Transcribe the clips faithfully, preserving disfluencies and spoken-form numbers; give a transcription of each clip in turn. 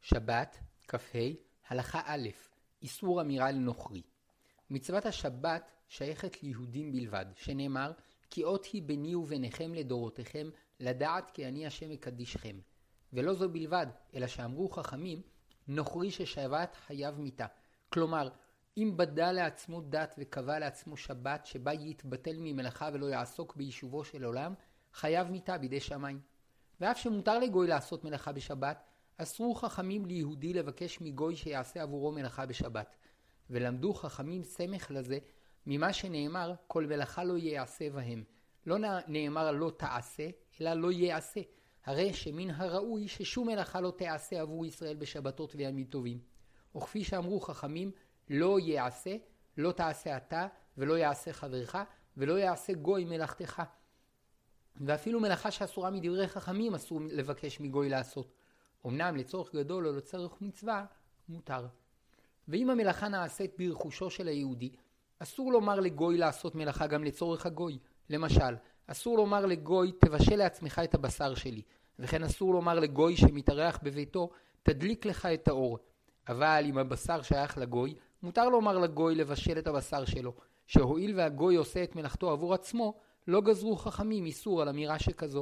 שבת, כ"ה, הלכה א', איסור אמירה לנוכרי. מצוות השבת שייכת ליהודים בלבד, שנאמר, כי אות היא ביני וביניכם לדורותיכם, לדעת כי אני השם מקדישכם. ולא זו בלבד, אלא שאמרו חכמים, נוכרי ששבת חייב מיתה. כלומר, אם בדה לעצמו דת וקבע לעצמו שבת שבה יתבטל ממלאכה ולא יעסוק ביישובו של עולם, חייב מיתה בידי שמיים. ואף שמותר לגוי לעשות מלאכה בשבת, אסרו חכמים ליהודי לבקש מגוי שיעשה עבורו מלאכה בשבת. ולמדו חכמים סמך לזה ממה שנאמר כל מלאכה לא יעשה בהם. לא נאמר לא תעשה, אלא לא יעשה. הרי שמן הראוי ששום מלאכה לא תעשה עבור ישראל בשבתות וימים טובים. וכפי שאמרו חכמים, לא יעשה, לא תעשה אתה, ולא יעשה חברך, ולא יעשה גוי מלאכתך. ואפילו מלאכה שאסורה מדברי חכמים אסור לבקש מגוי לעשות. אמנם לצורך גדול או לצורך מצווה, מותר. ואם המלאכה נעשית ברכושו של היהודי, אסור לומר לגוי לעשות מלאכה גם לצורך הגוי. למשל, אסור לומר לגוי תבשל לעצמך את הבשר שלי, וכן אסור לומר לגוי שמתארח בביתו תדליק לך את האור. אבל אם הבשר שייך לגוי, מותר לומר לגוי לבשל את הבשר שלו, שהואיל והגוי עושה את מלאכתו עבור עצמו, לא גזרו חכמים איסור על אמירה שכזו.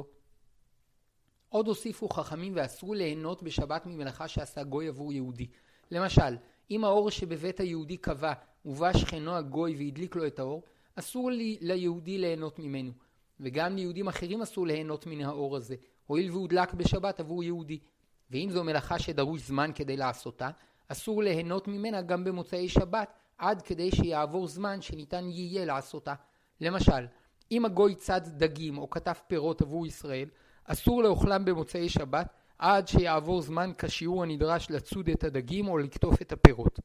עוד הוסיפו חכמים ואסרו ליהנות בשבת ממלאכה שעשה גוי עבור יהודי. למשל, אם האור שבבית היהודי קבע ובא שכנו הגוי והדליק לו את האור, אסור לי, ליהודי ליהנות ממנו. וגם ליהודים אחרים אסור ליהנות מן האור הזה, הואיל והודלק בשבת עבור יהודי. ואם זו מלאכה שדרוש זמן כדי לעשותה, אסור ליהנות ממנה גם במוצאי שבת, עד כדי שיעבור זמן שניתן יהיה לעשותה. למשל, אם הגוי צד דגים או כתב פירות עבור ישראל, אסור לאוכלם במוצאי שבת, עד שיעבור זמן כשיעור הנדרש לצוד את הדגים או לקטוף את הפירות.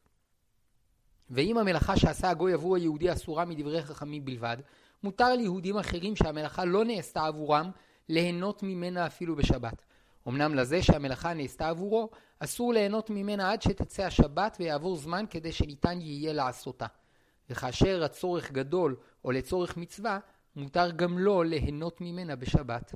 ואם המלאכה שעשה הגוי עבור היהודי אסורה מדברי חכמים בלבד, מותר ליהודים אחרים שהמלאכה לא נעשתה עבורם ליהנות ממנה אפילו בשבת. אמנם לזה שהמלאכה נעשתה עבורו, אסור ליהנות ממנה עד שתצא השבת ויעבור זמן כדי שניתן יהיה לעשותה. וכאשר הצורך גדול או לצורך מצווה, מותר גם לא ליהנות ממנה בשבת.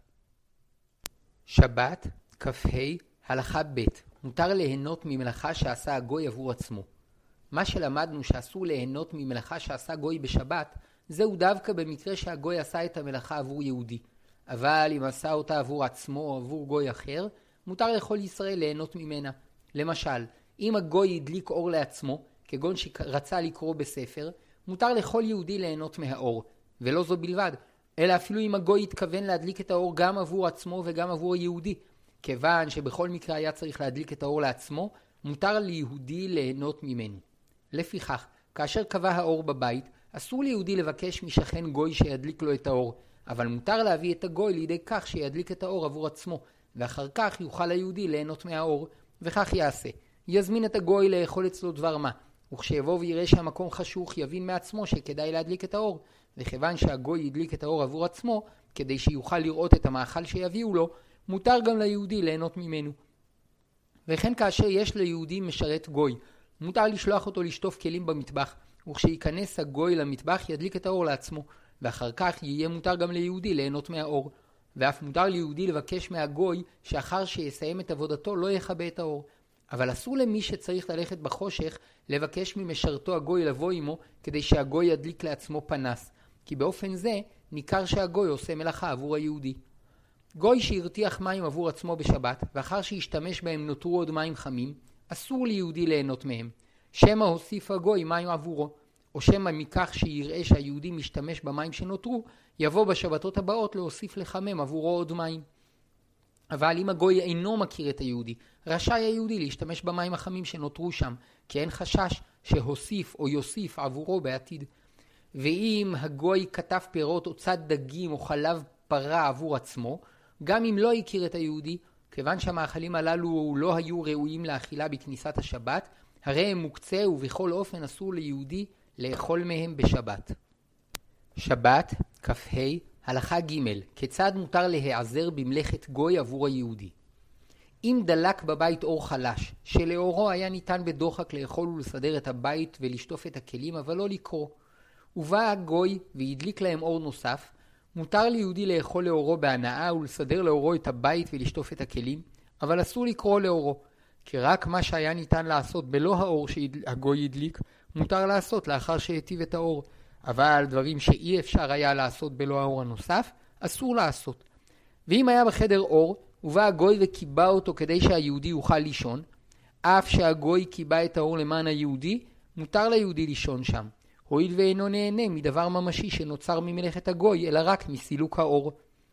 שבת, כ"ה, הלכה ב', מותר ליהנות ממלאכה שעשה הגוי עבור עצמו. מה שלמדנו שאסור ליהנות ממלאכה שעשה גוי בשבת, זהו דווקא במקרה שהגוי עשה את המלאכה עבור יהודי. אבל אם עשה אותה עבור עצמו או עבור גוי אחר, מותר לכל ישראל ליהנות ממנה. למשל, אם הגוי הדליק אור לעצמו, כגון שרצה לקרוא בספר, מותר לכל יהודי ליהנות מהאור, ולא זו בלבד, אלא אפילו אם הגוי התכוון להדליק את האור גם עבור עצמו וגם עבור יהודי. כיוון שבכל מקרה היה צריך להדליק את האור לעצמו, מותר ליהודי ליהנות ממנו. לפיכך, כאשר קבע האור בבית, אסור ליהודי לבקש משכן גוי שידליק לו את האור, אבל מותר להביא את הגוי לידי כך שידליק את האור עבור עצמו, ואחר כך יוכל היהודי ליהנות מהאור, וכך יעשה. יזמין את הגוי לאכול אצלו דבר מה, וכשיבוא ויראה שהמקום חשוך יבין מעצמו שכדאי להדליק את האור, וכיוון שהגוי ידליק את האור עבור עצמו, כדי שיוכל לראות את המאכל שיביאו לו, מותר גם ליהודי ליהנות ממנו. וכן כאשר יש ליהודי משרת גוי, מותר לשלוח אותו לשטוף כלים במטבח, וכשייכנס הגוי למטבח ידליק את האור לעצמו, ואחר כך יהיה מותר גם ליהודי ליהנות מהאור. ואף מותר ליהודי לבקש מהגוי שאחר שיסיים את עבודתו לא יכבה את האור. אבל אסור למי שצריך ללכת בחושך לבקש ממשרתו הגוי לבוא עמו כדי שהגוי ידליק לעצמו פנס, כי באופן זה ניכר שהגוי עושה מלאכה עבור היהודי. גוי שהרתיח מים עבור עצמו בשבת, ואחר שישתמש בהם נותרו עוד מים חמים, אסור ליהודי ליהנות מהם. שמא הוסיף הגוי מים עבורו, או שמא מכך שיראה שהיהודי משתמש במים שנותרו, יבוא בשבתות הבאות להוסיף לחמם עבורו עוד מים. אבל אם הגוי אינו מכיר את היהודי, רשאי היהודי להשתמש במים החמים שנותרו שם, כי אין חשש שהוסיף או יוסיף עבורו בעתיד. ואם הגוי כתב פירות או צד דגים או חלב פרה עבור עצמו, גם אם לא הכיר את היהודי, כיוון שהמאכלים הללו לא היו ראויים לאכילה בכניסת השבת, הרי הם מוקצה ובכל אופן אסור ליהודי לאכול מהם בשבת. שבת, כ"ה, הלכה ג', כיצד מותר להיעזר במלאכת גוי עבור היהודי. אם דלק בבית אור חלש, שלאורו היה ניתן בדוחק לאכול ולסדר את הבית ולשטוף את הכלים, אבל לא לקרוא, ובא הגוי והדליק להם אור נוסף, מותר ליהודי לאכול לאורו בהנאה ולסדר לאורו את הבית ולשטוף את הכלים, אבל אסור לקרוא לאורו, כי רק מה שהיה ניתן לעשות בלא האור שהגוי הדליק, מותר לעשות לאחר שהיטיב את האור. אבל דברים שאי אפשר היה לעשות בלא האור הנוסף, אסור לעשות. ואם היה בחדר אור, ובא הגוי וקיבע אותו כדי שהיהודי יוכל לישון, אף שהגוי קיבע את האור למען היהודי, מותר ליהודי לישון שם. הואיל ואינו נהנה מדבר ממשי שנוצר ממלאכת הגוי, אלא רק מסילוק האור.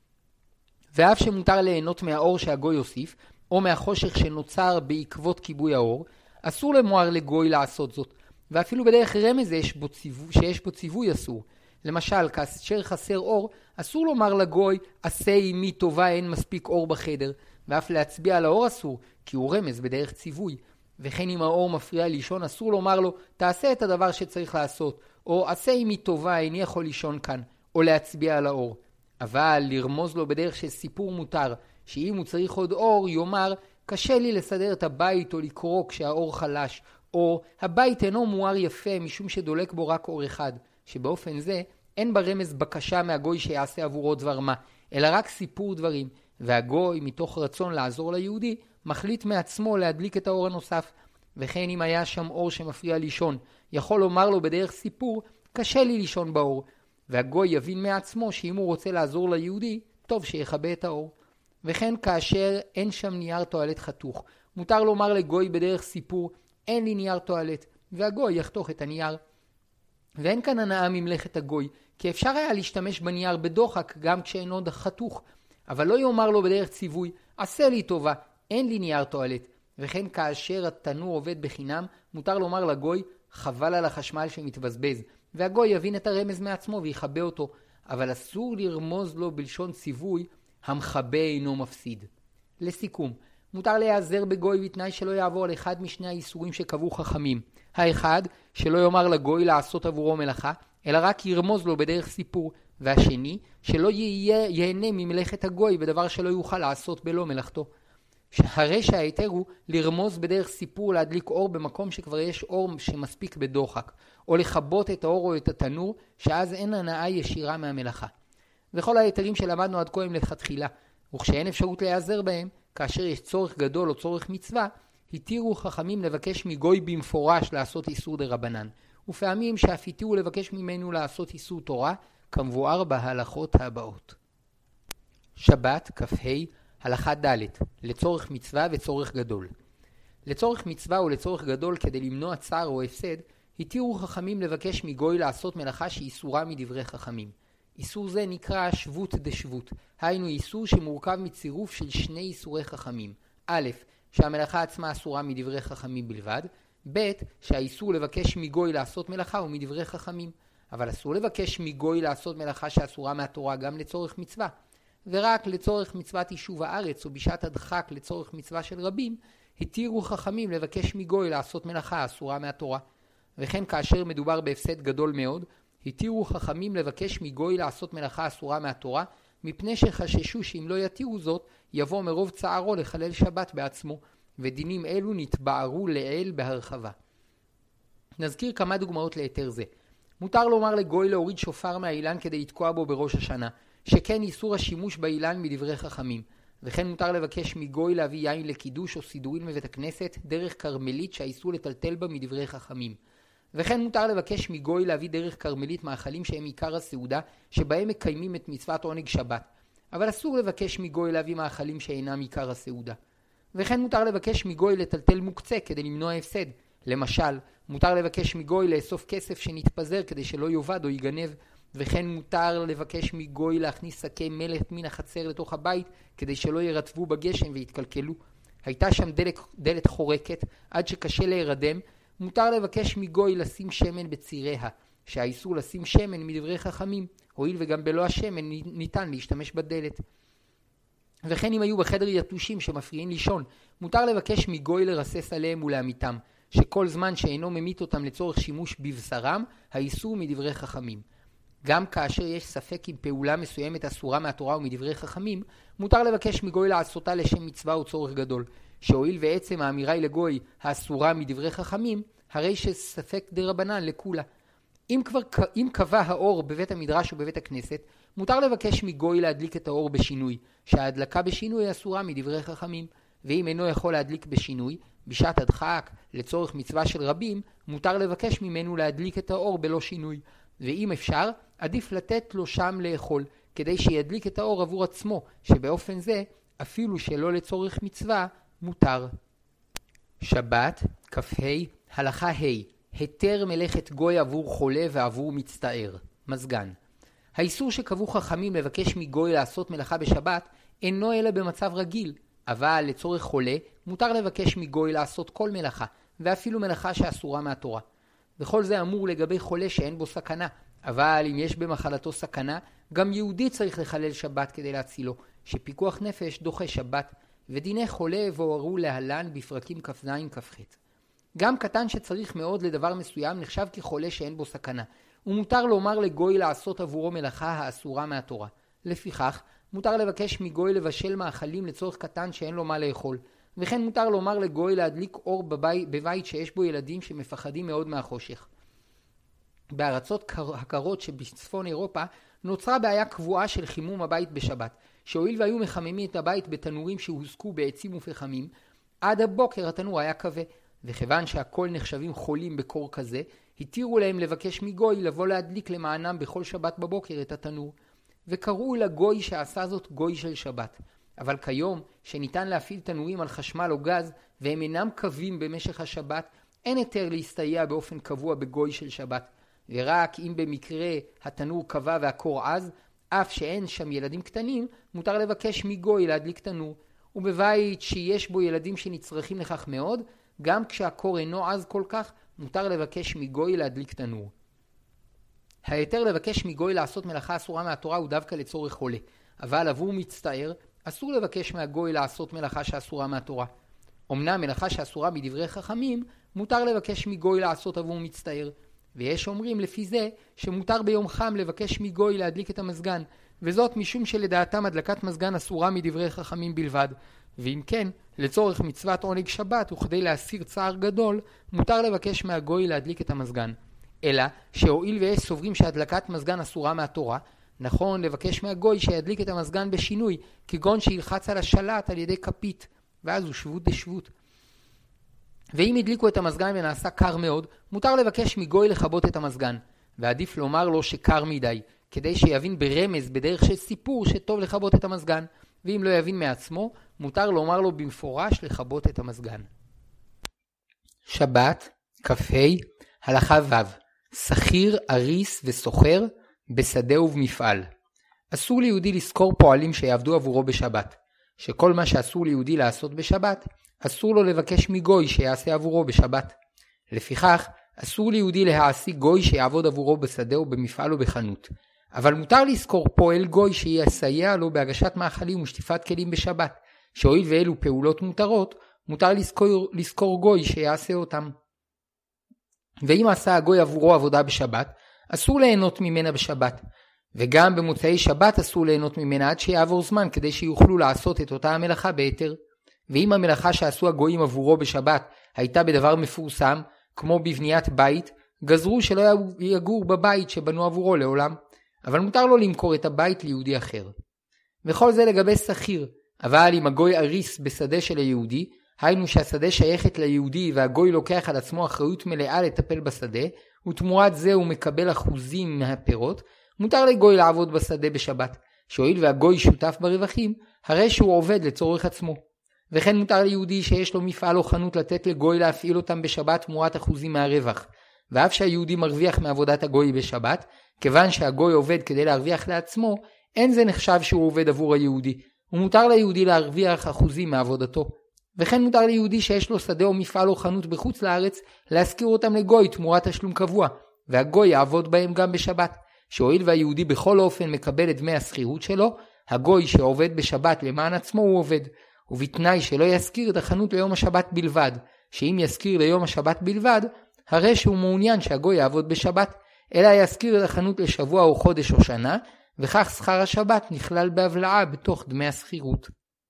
ואף שמותר ליהנות מהאור שהגוי הוסיף, או מהחושך שנוצר בעקבות כיבוי האור, אסור למוער לגוי לעשות זאת. ואפילו בדרך רמז יש בו ציווי, שיש בו ציווי אסור. למשל, כאשר חסר אור, אסור לומר לגוי, עשה עמי טובה, אין מספיק אור בחדר, ואף להצביע על האור אסור, כי הוא רמז בדרך ציווי. וכן אם האור מפריע לישון, אסור לומר לו, תעשה את הדבר שצריך לעשות, או עשה עמי טובה, איני יכול לישון כאן, או להצביע על האור. אבל לרמוז לו בדרך של סיפור מותר, שאם הוא צריך עוד אור, יאמר, קשה לי לסדר את הבית או לקרוא כשהאור חלש, או הבית אינו מואר יפה משום שדולק בו רק אור אחד, שבאופן זה אין ברמז בקשה מהגוי שיעשה עבורו דבר מה, אלא רק סיפור דברים, והגוי מתוך רצון לעזור ליהודי, מחליט מעצמו להדליק את האור הנוסף. וכן אם היה שם אור שמפריע לישון, יכול לומר לו בדרך סיפור, קשה לי לישון באור, והגוי יבין מעצמו שאם הוא רוצה לעזור ליהודי, טוב שיחבא את האור. וכן כאשר אין שם נייר טואלט חתוך, מותר לומר לגוי בדרך סיפור, אין לי נייר טואלט, והגוי יחתוך את הנייר. ואין כאן הנאה ממלאכת הגוי, כי אפשר היה להשתמש בנייר בדוחק גם כשאינו חתוך, אבל לא יאמר לו בדרך ציווי, עשה לי טובה, אין לי נייר טואלט. וכן כאשר התנור עובד בחינם, מותר לומר לגוי, חבל על החשמל שמתבזבז, והגוי יבין את הרמז מעצמו ויחבא אותו, אבל אסור לרמוז לו בלשון ציווי, המחבא אינו מפסיד. לסיכום, מותר להיעזר בגוי בתנאי שלא יעבור על אחד משני האיסורים שקבעו חכמים. האחד, שלא יאמר לגוי לעשות עבורו מלאכה, אלא רק ירמוז לו בדרך סיפור, והשני, שלא יהיה, יהנה ממלאכת הגוי בדבר שלא יוכל לעשות בלא מלאכתו. הרי שההיתר הוא לרמוז בדרך סיפור להדליק אור במקום שכבר יש אור שמספיק בדוחק, או לכבות את האור או את התנור, שאז אין הנאה ישירה מהמלאכה. וכל ההיתרים שלמדנו עד כה הם לכתחילה, וכשאין אפשרות להיעזר בהם, כאשר יש צורך גדול או צורך מצווה, התירו חכמים לבקש מגוי במפורש לעשות איסור דרבנן, ופעמים שאף התירו לבקש ממנו לעשות איסור תורה, כמבואר בהלכות הבאות. שבת, כ"ה, הלכה ד' לצורך מצווה וצורך גדול. לצורך מצווה ולצורך גדול כדי למנוע צער או הפסד, התירו חכמים לבקש מגוי לעשות מלאכה שאיסורה מדברי חכמים. איסור זה נקרא שבות דשבות, היינו איסור שמורכב מצירוף של שני איסורי חכמים. א', שהמלאכה עצמה אסורה מדברי חכמים בלבד, ב', שהאיסור לבקש מגוי לעשות מלאכה הוא מדברי חכמים. אבל אסור לבקש מגוי לעשות מלאכה שאסורה מהתורה גם לצורך מצווה. ורק לצורך מצוות יישוב הארץ או בשעת הדחק לצורך מצווה של רבים, התירו חכמים לבקש מגוי לעשות מלאכה אסורה מהתורה. וכן כאשר מדובר בהפסד גדול מאוד, התירו חכמים לבקש מגוי לעשות מלאכה אסורה מהתורה, מפני שחששו שאם לא יתירו זאת, יבוא מרוב צערו לחלל שבת בעצמו, ודינים אלו נתבערו לעיל בהרחבה. נזכיר כמה דוגמאות ליתר זה. מותר לומר לגוי להוריד שופר מהאילן כדי לתקוע בו בראש השנה, שכן איסור השימוש באילן מדברי חכמים. וכן מותר לבקש מגוי להביא יין לקידוש או סידורין מבית הכנסת דרך קרמלית שהאיסור לטלטל בה מדברי חכמים. וכן מותר לבקש מגוי להביא דרך קרמלית מאכלים שהם עיקר הסעודה שבהם מקיימים את מצוות עונג שבת. אבל אסור לבקש מגוי להביא מאכלים שאינם עיקר הסעודה. וכן מותר לבקש מגוי לטלטל מוקצה כדי למנוע הפסד. למשל, מותר לבקש מגוי לאסוף כסף שנתפזר כדי שלא יובד או ייגנב. וכן מותר לבקש מגוי להכניס שקי מלט מן החצר לתוך הבית כדי שלא ירטבו בגשם ויתקלקלו. הייתה שם דלת, דלת חורקת עד שקשה להירדם. מותר לבקש מגוי לשים שמן בציריה, שהאיסור לשים שמן מדברי חכמים, הואיל וגם בלא השמן ניתן להשתמש בדלת. וכן אם היו בחדר יתושים שמפריעים לישון, מותר לבקש מגוי לרסס עליהם ולהמיתם, שכל זמן שאינו ממית אותם לצורך שימוש בבשרם, האיסור מדברי חכמים. גם כאשר יש ספק אם פעולה מסוימת אסורה מהתורה ומדברי חכמים, מותר לבקש מגוי לעשותה לשם מצווה או צורך גדול, שהואיל ועצם האמירה היא לגוי האסורה מדברי חכמים, הרי שספק דרבנן לכולה. אם כבר אם קבע האור בבית המדרש או בבית הכנסת, מותר לבקש מגוי להדליק את האור בשינוי, שההדלקה בשינוי אסורה מדברי חכמים. ואם אינו יכול להדליק בשינוי, בשעת הדחק, לצורך מצווה של רבים, מותר לבקש ממנו להדליק את האור בלא שינוי. ואם אפשר, עדיף לתת לו שם לאכול, כדי שידליק את האור עבור עצמו, שבאופן זה, אפילו שלא לצורך מצווה, מותר. שבת, כ"ה, הלכה ה', היתר מלאכת גוי עבור חולה ועבור מצטער, מזגן. האיסור שקבעו חכמים לבקש מגוי לעשות מלאכה בשבת, אינו אלא במצב רגיל, אבל לצורך חולה, מותר לבקש מגוי לעשות כל מלאכה, ואפילו מלאכה שאסורה מהתורה. וכל זה אמור לגבי חולה שאין בו סכנה, אבל אם יש במחלתו סכנה, גם יהודי צריך לחלל שבת כדי להצילו, שפיקוח נפש דוחה שבת, ודיני חולה בוארו להלן בפרקים כ"ז כ"ח. גם קטן שצריך מאוד לדבר מסוים נחשב כחולה שאין בו סכנה, ומותר לומר לגוי לעשות עבורו מלאכה האסורה מהתורה. לפיכך, מותר לבקש מגוי לבשל מאכלים לצורך קטן שאין לו מה לאכול, וכן מותר לומר לגוי להדליק אור בבית, בבית שיש בו ילדים שמפחדים מאוד מהחושך. בארצות הקרות שבצפון אירופה נוצרה בעיה קבועה של חימום הבית בשבת, שהואיל והיו מחממים את הבית בתנורים שהוסקו בעצים ופחמים, עד הבוקר התנור היה כבה, וכיוון שהכל נחשבים חולים בקור כזה, התירו להם לבקש מגוי לבוא להדליק למענם בכל שבת בבוקר את התנור, וקראו לגוי שעשה זאת גוי של שבת. אבל כיום, שניתן להפעיל תנורים על חשמל או גז, והם אינם קווים במשך השבת, אין היתר להסתייע באופן קבוע בגוי של שבת, ורק אם במקרה התנור קבע והקור עז, אף שאין שם ילדים קטנים, מותר לבקש מגוי להדליק תנור. ובבית שיש בו ילדים שנצרכים לכך מאוד, גם כשהקור אינו עז כל כך, מותר לבקש מגוי להדליק תנור. היתר לבקש מגוי לעשות מלאכה אסורה מהתורה הוא דווקא לצורך חולה, אבל עבור מצטער, אסור לבקש מהגוי לעשות מלאכה שאסורה מהתורה. אמנם מלאכה שאסורה מדברי חכמים, מותר לבקש מגוי לעשות עבור מצטער, ויש אומרים לפי זה שמותר ביום חם לבקש מגוי להדליק את המזגן, וזאת משום שלדעתם הדלקת מזגן אסורה מדברי חכמים בלבד. ואם כן, לצורך מצוות עונג שבת וכדי להסיר צער גדול, מותר לבקש מהגוי להדליק את המזגן. אלא שהואיל ויש סוברים שהדלקת מזגן אסורה מהתורה, נכון לבקש מהגוי שידליק את המזגן בשינוי, כגון שילחץ על השלט על ידי כפית, ואז הוא שבות דשבות. ואם הדליקו את המזגן ונעשה קר מאוד, מותר לבקש מגוי לכבות את המזגן, ועדיף לומר לו שקר מדי, כדי שיבין ברמז בדרך של סיפור שטוב לכבות את המזגן, ואם לא יבין מעצמו, מותר לומר לו במפורש לכבות את המזגן. שבת, כ"ה, הלכה ו', שכיר, אריס וסוחר בשדה ובמפעל. אסור ליהודי לזכור פועלים שיעבדו עבורו בשבת, שכל מה שאסור ליהודי לעשות בשבת, אסור לו לבקש מגוי שיעשה עבורו בשבת. לפיכך, אסור ליהודי להעסיק גוי שיעבוד עבורו בשדה או במפעל או בחנות. אבל מותר לזכור פועל גוי שיסייע לו בהגשת מאכלים ושטיפת כלים בשבת, שהואיל ואלו פעולות מותרות, מותר לזכור, לזכור גוי שיעשה אותם. ואם עשה הגוי עבורו עבודה בשבת, אסור ליהנות ממנה בשבת. וגם במוצאי שבת אסור ליהנות ממנה עד שיעבור זמן כדי שיוכלו לעשות את אותה המלאכה ביתר. ואם המלאכה שעשו הגויים עבורו בשבת הייתה בדבר מפורסם, כמו בבניית בית, גזרו שלא יגור בבית שבנו עבורו לעולם. אבל מותר לו למכור את הבית ליהודי אחר. וכל זה לגבי שכיר, אבל אם הגוי אריס בשדה של היהודי, היינו שהשדה שייכת ליהודי והגוי לוקח על עצמו אחריות מלאה לטפל בשדה, ותמורת זה הוא מקבל אחוזים מהפירות, מותר לגוי לעבוד בשדה בשבת, שהואיל והגוי שותף ברווחים, הרי שהוא עובד לצורך עצמו. וכן מותר ליהודי שיש לו מפעל או חנות לתת לגוי להפעיל אותם בשבת תמורת אחוזים מהרווח, ואף שהיהודי מרוויח מעבודת הגוי בשבת, כיוון שהגוי עובד כדי להרוויח לעצמו, אין זה נחשב שהוא עובד עבור היהודי, ומותר ליהודי להרוויח אחוזים מעבודתו. וכן מותר ליהודי שיש לו שדה או מפעל או חנות בחוץ לארץ, להשכיר אותם לגוי תמורת תשלום קבוע, והגוי יעבוד בהם גם בשבת, שהואיל והיהודי בכל אופן מקבל את דמי השכירות שלו, הגוי שעובד בשבת למען עצמו הוא עובד, ובתנאי שלא ישכיר את החנות ליום השבת בלבד, שאם ישכיר ליום השבת בלבד, הרי שהוא מעוניין שהגוי יעבוד בשבת, אלא ישכיר את החנות לשבוע או חודש או שנה, וכך שכר השבת נכלל בהבלעה בתוך דמי השכירות.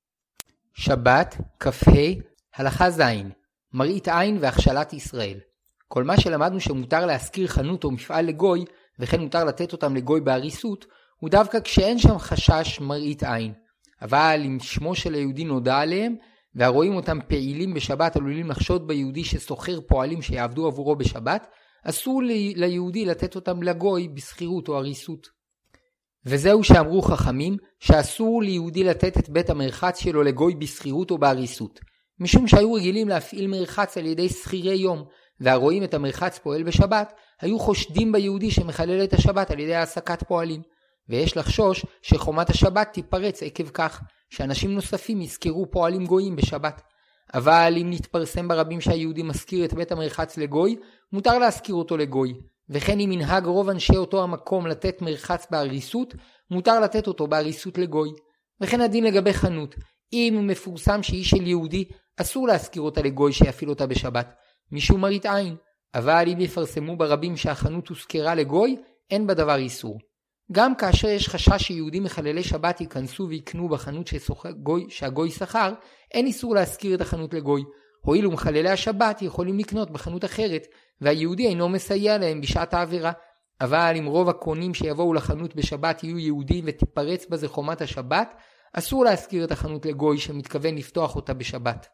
שבת, כ"ה, הלכה ז', מראית עין והכשלת ישראל. כל מה שלמדנו שמותר להשכיר חנות או מפעל לגוי, וכן מותר לתת אותם לגוי בהריסות, הוא דווקא כשאין שם חשש מראית עין. אבל אם שמו של היהודי נודע עליהם, והרואים אותם פעילים בשבת עלולים לחשוד ביהודי שסוחר פועלים שיעבדו עבורו בשבת, אסור ליהודי לתת אותם לגוי בסחירות או הריסות. וזהו שאמרו חכמים שאסור ליהודי לתת את בית המרחץ שלו לגוי בסחירות או בהריסות, משום שהיו רגילים להפעיל מרחץ על ידי שכירי יום, והרואים את המרחץ פועל בשבת, היו חושדים ביהודי שמחלל את השבת על ידי העסקת פועלים. ויש לחשוש שחומת השבת תיפרץ עקב כך, שאנשים נוספים יזכרו פועלים גויים בשבת. אבל אם נתפרסם ברבים שהיהודי מזכיר את בית המרחץ לגוי, מותר להזכיר אותו לגוי. וכן אם מנהג רוב אנשי אותו המקום לתת מרחץ בהריסות, מותר לתת אותו בהריסות לגוי. וכן הדין לגבי חנות. אם מפורסם שהיא של יהודי, אסור להזכיר אותה לגוי שיפעיל אותה בשבת, משום מראית עין. אבל אם יפרסמו ברבים שהחנות הוזכרה לגוי, אין בדבר איסור. גם כאשר יש חשש שיהודים מחללי שבת ייכנסו ויקנו בחנות גוי, שהגוי שכר, אין איסור להזכיר את החנות לגוי. הואיל ומחללי השבת יכולים לקנות בחנות אחרת, והיהודי אינו מסייע להם בשעת העבירה. אבל אם רוב הקונים שיבואו לחנות בשבת יהיו יהודים ותיפרץ בזה חומת השבת, אסור להזכיר את החנות לגוי שמתכוון לפתוח אותה בשבת.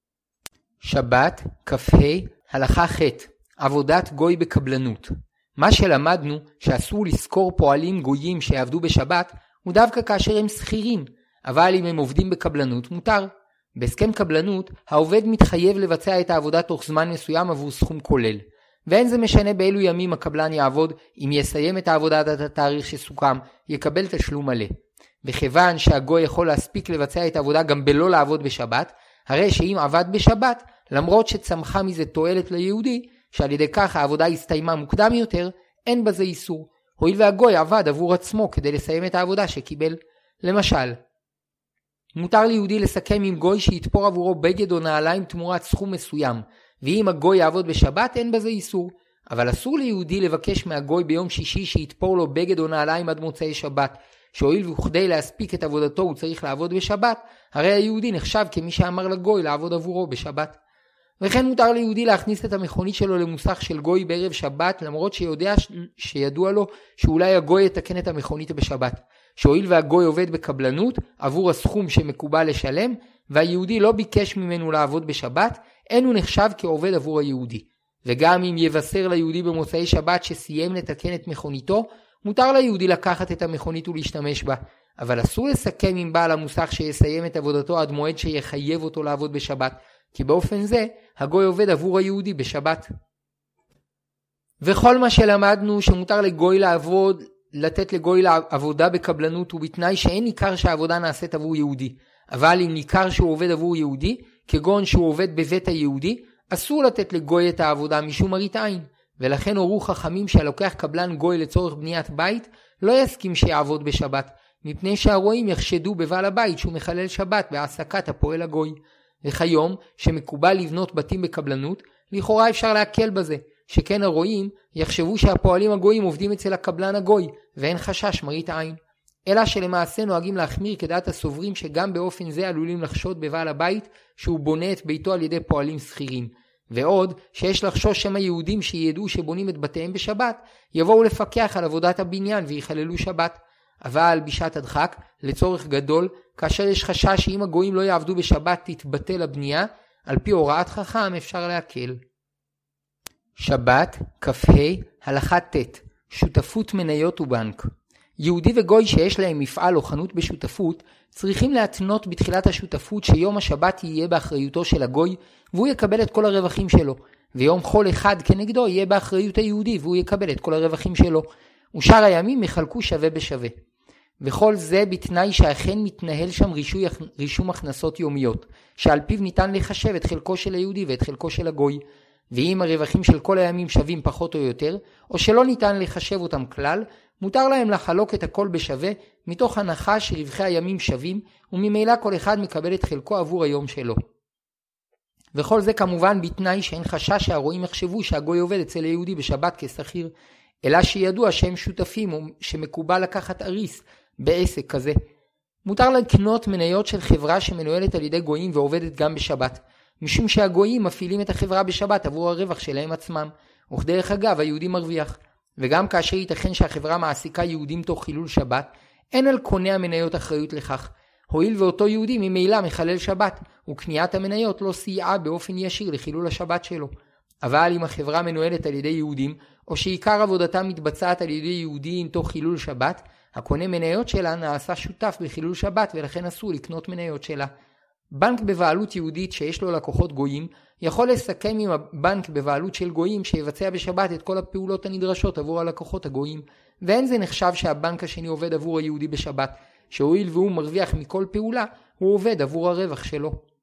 שבת, כ"ה, הלכה ח' עבודת גוי בקבלנות. מה שלמדנו שאסור לזכור פועלים גויים שיעבדו בשבת, הוא דווקא כאשר הם שכירים, אבל אם הם עובדים בקבלנות מותר. בהסכם קבלנות, העובד מתחייב לבצע את העבודה תוך זמן מסוים עבור סכום כולל. ואין זה משנה באילו ימים הקבלן יעבוד, אם יסיים את העבודה עד התאריך שסוכם, יקבל תשלום מלא. וכיוון שהגוי יכול להספיק לבצע את העבודה גם בלא לעבוד בשבת, הרי שאם עבד בשבת, למרות שצמחה מזה תועלת ליהודי, שעל ידי כך העבודה הסתיימה מוקדם יותר, אין בזה איסור. הואיל והגוי עבד עבור עצמו כדי לסיים את העבודה שקיבל. למשל, מותר ליהודי לסכם עם גוי שיתפור עבורו בגד או נעליים תמורת סכום מסוים, ואם הגוי יעבוד בשבת אין בזה איסור. אבל אסור ליהודי לבקש מהגוי ביום שישי שיתפור לו בגד או נעליים עד מוצאי שבת, שהואיל וכדי להספיק את עבודתו הוא צריך לעבוד בשבת, הרי היהודי נחשב כמי שאמר לגוי לעבוד עבורו בשבת. וכן מותר ליהודי להכניס את המכונית שלו למוסך של גוי בערב שבת, למרות שיודע שידוע לו שאולי הגוי יתקן את המכונית בשבת. שהואיל והגוי עובד בקבלנות עבור הסכום שמקובל לשלם, והיהודי לא ביקש ממנו לעבוד בשבת, אין הוא נחשב כעובד עבור היהודי. וגם אם יבשר ליהודי במוצאי שבת שסיים לתקן את מכוניתו, מותר ליהודי לקחת את המכונית ולהשתמש בה. אבל אסור לסכם עם בעל המוסך שיסיים את עבודתו עד מועד שיחייב אותו לעבוד בשבת, כי באופן זה הגוי עובד עבור היהודי בשבת. וכל מה שלמדנו שמותר לגוי לעבוד, לתת לגוי לעבודה בקבלנות ובתנאי שאין ניכר שהעבודה נעשית עבור יהודי. אבל אם ניכר שהוא עובד עבור יהודי, כגון שהוא עובד בבית היהודי, אסור לתת לגוי את העבודה משום מראית עין. ולכן הורו חכמים שהלוקח קבלן גוי לצורך בניית בית, לא יסכים שיעבוד בשבת, מפני שהרועים יחשדו בבעל הבית שהוא מחלל שבת בהעסקת הפועל הגוי. וכיום שמקובל לבנות בתים בקבלנות, לכאורה אפשר להקל בזה, שכן הרועים יחשבו שהפועלים הגויים עובדים אצל הקבלן הגוי, ואין חשש מראית עין. אלא שלמעשה נוהגים להחמיר כדעת הסוברים שגם באופן זה עלולים לחשוד בבעל הבית שהוא בונה את ביתו על ידי פועלים שכירים. ועוד שיש לחשוש שמה יהודים שידעו שבונים את בתיהם בשבת, יבואו לפקח על עבודת הבניין ויחללו שבת. אבל בשעת הדחק, לצורך גדול, כאשר יש חשש שאם הגויים לא יעבדו בשבת תתבטל הבנייה, על פי הוראת חכם אפשר להקל. שבת, כ"ה, הלכה ט' שותפות מניות ובנק. יהודי וגוי שיש להם מפעל או חנות בשותפות, צריכים להתנות בתחילת השותפות שיום השבת יהיה באחריותו של הגוי, והוא יקבל את כל הרווחים שלו, ויום חול אחד כנגדו יהיה באחריות היהודי, והוא יקבל את כל הרווחים שלו, ושאר הימים יחלקו שווה בשווה. וכל זה בתנאי שאכן מתנהל שם רישוי, רישום הכנסות יומיות, שעל פיו ניתן לחשב את חלקו של היהודי ואת חלקו של הגוי. ואם הרווחים של כל הימים שווים פחות או יותר, או שלא ניתן לחשב אותם כלל, מותר להם לחלוק את הכל בשווה, מתוך הנחה שרווחי הימים שווים, וממילא כל אחד מקבל את חלקו עבור היום שלו. וכל זה כמובן בתנאי שאין חשש שהרועים יחשבו שהגוי עובד אצל היהודי בשבת כשכיר, אלא שידוע שהם שותפים או שמקובל לקחת אריס בעסק כזה. מותר לקנות מניות של חברה שמנוהלת על ידי גויים ועובדת גם בשבת, משום שהגויים מפעילים את החברה בשבת עבור הרווח שלהם עצמם, וכדרך אגב היהודי מרוויח. וגם כאשר ייתכן שהחברה מעסיקה יהודים תוך חילול שבת, אין על קונה המניות אחריות לכך. הואיל ואותו יהודי ממילא מחלל שבת, וקניית המניות לא סייעה באופן ישיר לחילול השבת שלו. אבל אם החברה מנוהלת על ידי יהודים, או שעיקר עבודתה מתבצעת על ידי יהודים תוך חילול שבת, הקונה מניות שלה נעשה שותף בחילול שבת ולכן אסור לקנות מניות שלה. בנק בבעלות יהודית שיש לו לקוחות גויים, יכול לסכם עם הבנק בבעלות של גויים שיבצע בשבת את כל הפעולות הנדרשות עבור הלקוחות הגויים, ואין זה נחשב שהבנק השני עובד עבור היהודי בשבת, שהואיל והוא מרוויח מכל פעולה, הוא עובד עבור הרווח שלו.